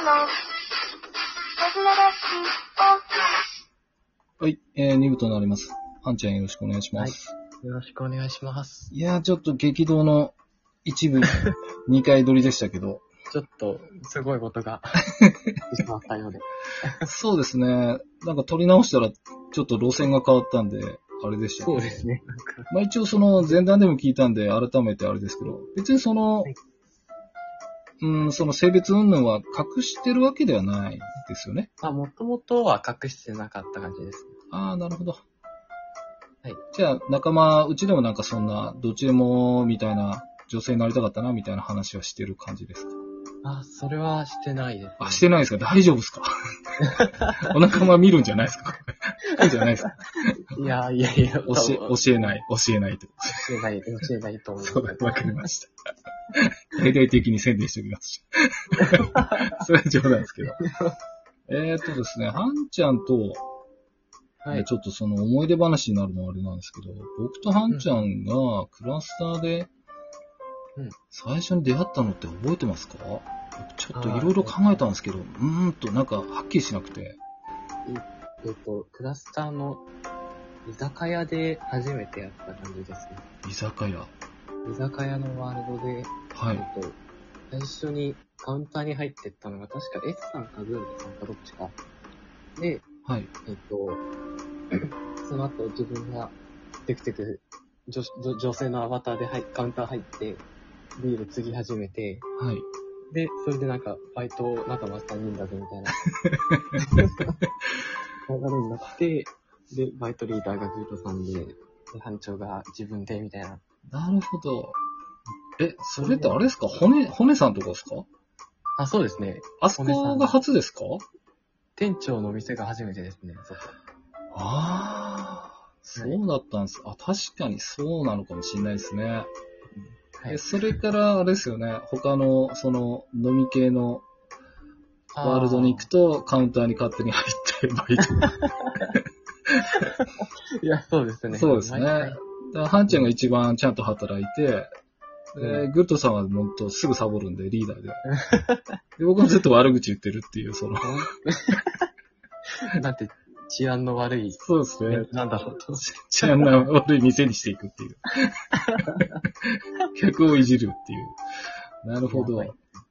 はい、2部となります。はんちゃんよろしくお願いします。 はい、よろしくお願いします。 いやー、ちょっと激動の一部、2回撮りでしたけど。 ちょっと、すごいことが、してしまったようで。 そうですね。なんか撮り直したら、ちょっと路線が変わったんで、あれでしたけど。 そうですね。 まあ一応その前段でも聞いたんで、改めてあれですけど、別にその、 はい、 その性別云々は隠してるわけではないですよね。 もともとは隠してなかった感じです。 ああ、なるほど。 はい。 じゃあ、仲間、うちでもなんかそんな、どっちでも、みたいな、女性になりたかったな、みたいな話はしてる感じですか？ それはしてないです、ね。 してないですか？大丈夫ですか？お仲間見るんじゃないですか？じゃないですか？ いや。 教えないって。 教えないと思います。 そうだ、わかりました。大々的に宣伝しておきます。それは冗談ですけど。ですね、はんちゃんと、はい、ちょっとその思い出話になるのはあれなんですけど、僕とはんちゃんがクラスターで、最初に出会ったのって覚えてますか？ちょっといろいろ考えたんですけど、なんかはっきりしなくて。 クラスターの居酒屋で初めてやった感じですね。 居酒屋のワールドで、 はい。 最初にカウンターに入ってったのが確か S さんかグールさんかどっちか。で、 はい。 その後自分がテクテク女性のアバターでカウンター入って、ビール継ぎ始めて、 はい。 で、それでなんか、バイト仲間3人だぜみたいな。流れになって、で、バイトリーダーがグートさんで、班長が自分でみたいな。 なるほど。それってあれですか？骨さんとかですか？ そうですね。 あそこが初ですか？ 店長のお店が初めてですね、そこ。 そうだったんです。確かにそうなのかもしれないですね。 はい、 それから、あれですよね、他の、その、飲み系のワールドに行くと、カウンターに勝手に入って、バイト。 いや、そうですね。 そうですね。ハンちゃんが一番ちゃんと働いて、グッドさんはもっとすぐサボるんで、リーダーで。で僕はずっと悪口言ってるっていう、その。 だって、治安の悪い。 そうですね。 なんだろうと。 治安の悪い店にしていくっていう。客をいじるっていう。なるほど。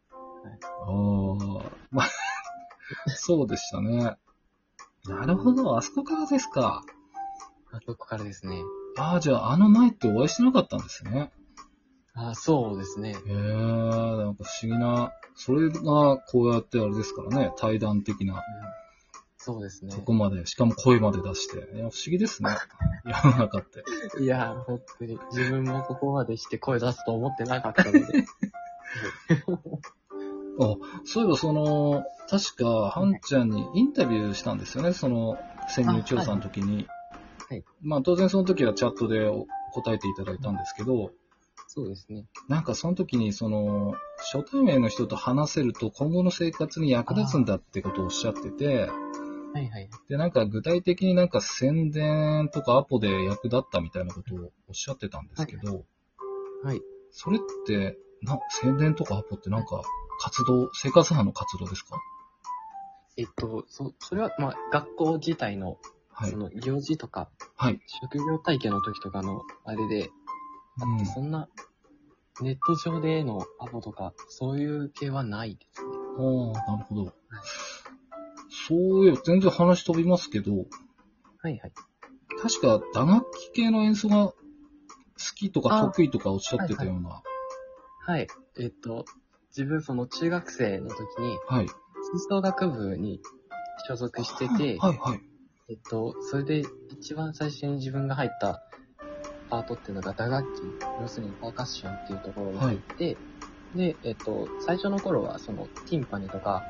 まあ、そうでしたね。なるほど。あそこからですか。 あそこからですね。 じゃあ前ってお会いしてなかったんですね。 そうですね。 なんか不思議な、それがこうやってあれですからね、対談的な。 そうですね。 そこまで、しかも声まで出して。不思議ですね。世の中って。 いや、本当に。自分もここまでして声出すと思ってなかったので。 そういえば確か、はんちゃんにインタビューしたんですよね、その、潜入調査の時に。はい。まあ当然その時はチャットで答えていただいたんですけど、 そうですね。 なんかその時に初対面の人と話せると今後の生活に役立つんだってことをおっしゃってて、 はいはい。 で、なんか具体的になんか宣伝とかアポで役立ったみたいなことをおっしゃってたんですけど、 はい。 それって、宣伝とかアポってなんか生活班の活動ですか？ それは、学校自体の、行事とか、職業体験の時とかの、あれで、そんな、ネット上でのアポとか、そういう系はないですね。 なるほど。そういえば全然話飛びますけど、 はいはい。 確か打楽器系の演奏が好きとか得意とかおっしゃってたような。 はい。自分中学生の時に、吹奏楽部に所属してて、それで一番最初に自分が入ったパートっていうのが打楽器、要するにパーカッションっていうところに入って、で、最初の頃はティンパニとか、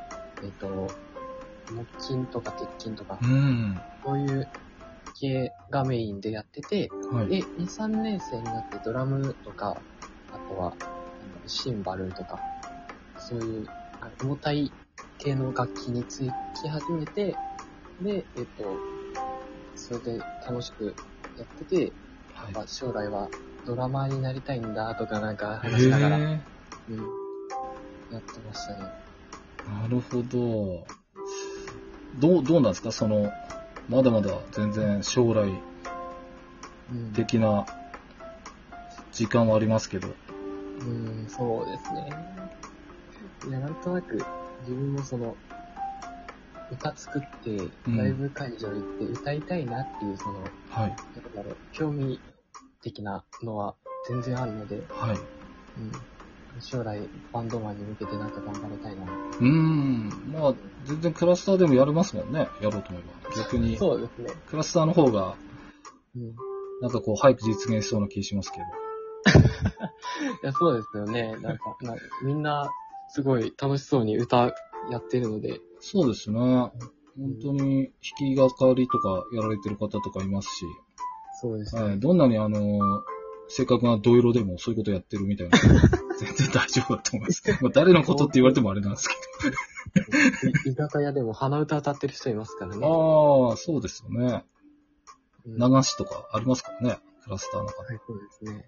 木琴とか鉄琴とか、そういう系がメインでやってて、で、2、3年生になってドラムとか、あとは、シンバルとか、そういう重たい系の楽器につき始めて、で、それで楽しくやってて、将来はドラマーになりたいんだとかなんか話しながら、やってましたね。 なるほど。どうなんですかまだまだ全然将来的な時間はありますけど。 そうですね。いや、なんとなく、自分も歌作って、ライブ会場行って歌いたいなっていう、 はい。 興味的なのは全然あるので、 はい。 将来、バンドマンに向けてなんか頑張りたいな。 まあ、全然クラスターでもやれますもんね。やろうと思えば。逆に。 そうですね。 クラスターの方が、なんか早く実現しそうな気しますけど。 いや、そうですよね。みんな、すごい楽しそうに歌やってるので。 そうですね。本当に弾き語りとかやられてる方とかいますし。 そうですね。 どんなに正確なド色でもそういうことやってるみたいな。全然大丈夫だと思います。まあ誰のことって言われてもあれなんですけど。居酒屋でも鼻歌歌ってる人いますからね。 ああ、そうですよね。流しとかありますからね。クラスターの中で。 はい、そうですね。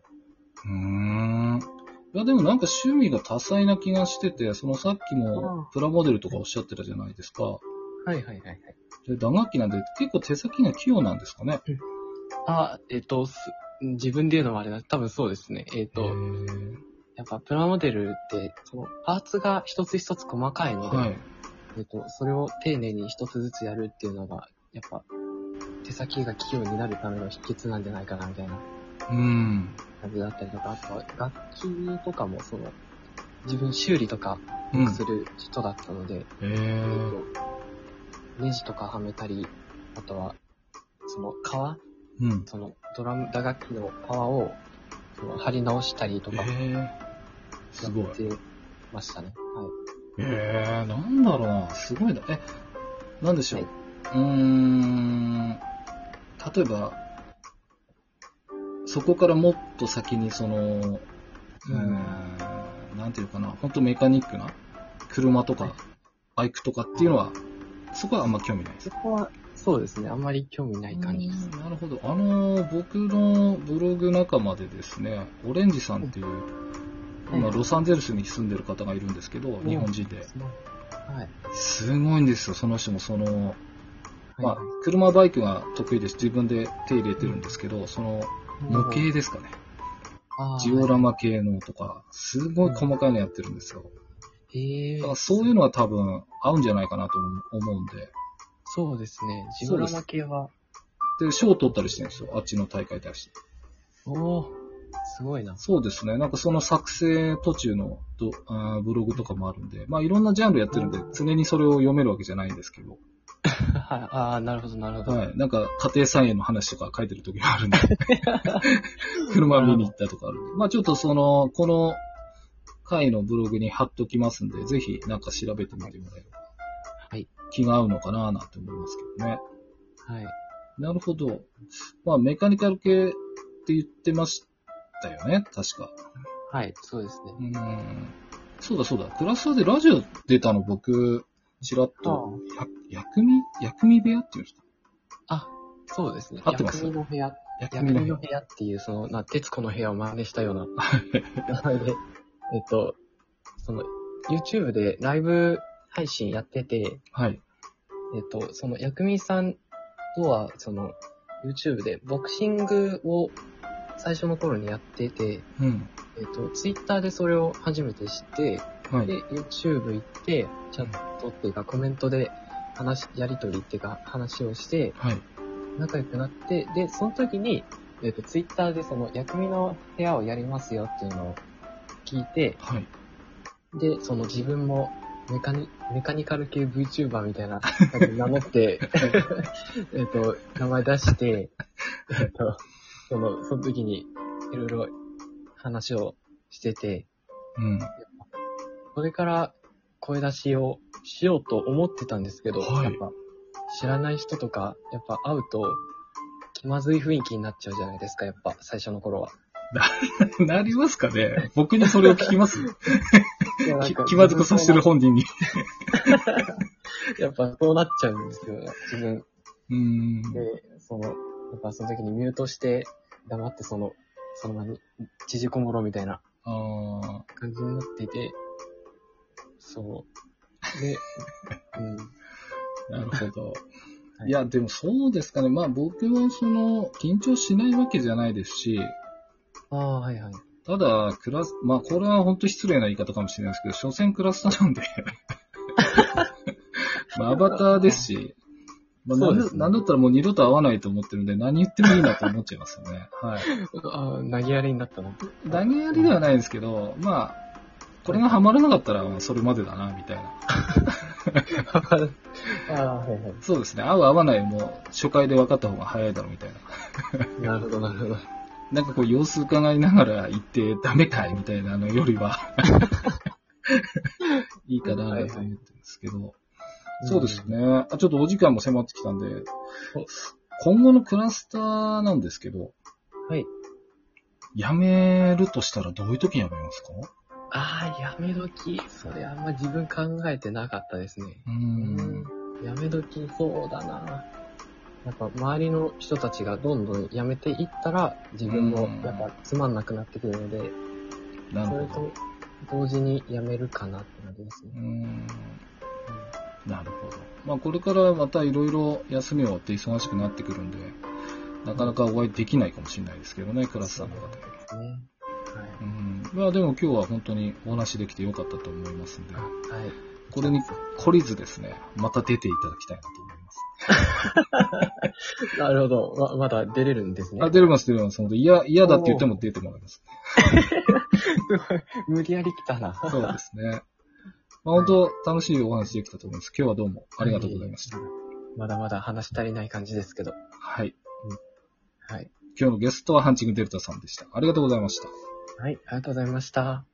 いや、でもなんか趣味が多彩な気がしてて、さっきもプラモデルとかおっしゃってたじゃないですか。 はいはいはいはい。 で、打楽器なんで結構手先が器用なんですかね。 自分で言うのもあれだ。多分そうですね。やっぱプラモデルって、パーツが一つ一つ細かいので、はい、それを丁寧に一つずつやるっていうのが、やっぱ、手先が器用になるための秘訣なんじゃないかな、みたいな。感じだったりとか、あとは楽器とかも自分修理とかよくする人だったので、ネジとかはめたり、あとは、革、打楽器の革を貼り直したりとか、 すごい。 やってましたね。はい。 なんだろうな、すごいな。なんでしょう。はい、例えば、そこからもっと先になんていうかな、本当メカニックな車とかバイクとかっていうのは、そこはあんま興味ないです。 そこは、そうですね、あんまり興味ない感じです。 なるほど。僕のブログ仲間でですね、オレンジさんっていう、今ロサンゼルスに住んでる方がいるんですけど、日本人で。 はい。 すごいんですよ、その人もまあ、車バイクが得意です。自分で手入れてるんですけど、模型ですかね。ジオラマ系のとか、すごい細かいのやってるんですよ。だからそういうのは多分合うんじゃないかなと思うんで。 そうですね。ジオラマ系は。 で、賞を取ったりしてるんですよ。あっちの大会に対して。 すごいな。 そうですね。なんか作成途中のブログとかもあるんで、まあいろんなジャンルやってるんで、常にそれを読めるわけじゃないんですけど。 はい。なるほど、なるほど。 はい。なんか家庭菜園の話とか書いてる時もあるんで。車見に行ったとかあるんで。まあちょっとこの回のブログに貼っときますんで、ぜひなんか調べてみてもらえれば。 はい。 気が合うのかななんて思いますけどね。 はい。 なるほど。まあメカニカル系って言ってましたよね、確か。 はい、そうですね。 そうだ。クラスターでラジオ出たの僕、ちらっと、薬味部屋っていうんですか？ そうですね。 合ってます？ 薬味の部屋。薬味の部屋っていう、徹子の部屋を真似したような。名前で、YouTube でライブ配信やってて、 はい。 薬味さんとは、YouTube でボクシングを最初の頃にやってて、Twitter でそれを初めて知って、はい、で、YouTube 行って、チャットっていうかコメントでやりとりっていうか話をして、はい、仲良くなって、で、その時に、Twitter で薬味の部屋をやりますよっていうのを聞いて、はい、で、自分もメカニカル系 VTuber みたいな感じで名乗って、名前出して、その時にいろいろ話をしてて、それから声出しをしようと思ってたんですけど、はい、やっぱ知らない人とか、やっぱ会うと気まずい雰囲気になっちゃうじゃないですか、やっぱ最初の頃は。 なりますかね？僕にそれを聞きます気まずくさせてる本人に。 やっぱそうなっちゃうんですよ、自分。で、やっぱその時にミュートして、黙ってその場に縮こもろみたいな感じになっていて、 で、 なるほど。 はいいや、でもそうですかね。まあ僕は緊張しないわけじゃないですし、 ああ、はいはい。 ただ、まあこれは本当に失礼な言い方かもしれないですけど、所詮クラスターなんで、まあアバターですし、まあ、 そうですねなんだったらもう二度と会わないと思ってるんで、何言ってもいいなと思っちゃいますよね。はい。 ああ、投げやりになったの。 投げやりではないですけど、まあ、これがハマらなかったら、まあそれまでだな、みたいな。 ああ、はいはい。 そうですね。合う合わないも初回で分かった方が早いだろう、みたいな。 なるほど、なるほど。 なんかこう様子伺いながら行ってダメかいみたいなのよりは、いいかなと思ってるんですけど。そうですね。ちょっとお時間も迫ってきたんで、今後のクラスターなんですけど、 はい。 辞めるとしたらどういう時に辞めますか？ ああ、やめ時。それあんま自分考えてなかったですね。やめ時、そうだな。やっぱ周りの人たちがどんどん辞めていったら、自分もやっぱつまんなくなってくるので、それと同時に辞めるかなって感じですね。 なるほど。まあこれからまたいろいろ休み終わって忙しくなってくるんで、なかなかお会いできないかもしれないですけどね、クラスターの方ですね。はい。 まあでも今日は本当にお話できてよかったと思いますんで、 はい。 これに懲りずですね、また出ていただきたいなと思います。 なるほど。まだ出れるんですね。 出れます。本当嫌だって言っても出てもらいます。 無理やり来たな。 そうですね。まあ、本当楽しいお話できたと思います。今日はどうもありがとうございました。 まだまだ話足りない感じですけど。 はい。 はい。 今日のゲストはハンチングデルタさんでした。ありがとうございました。 はい、ありがとうございました。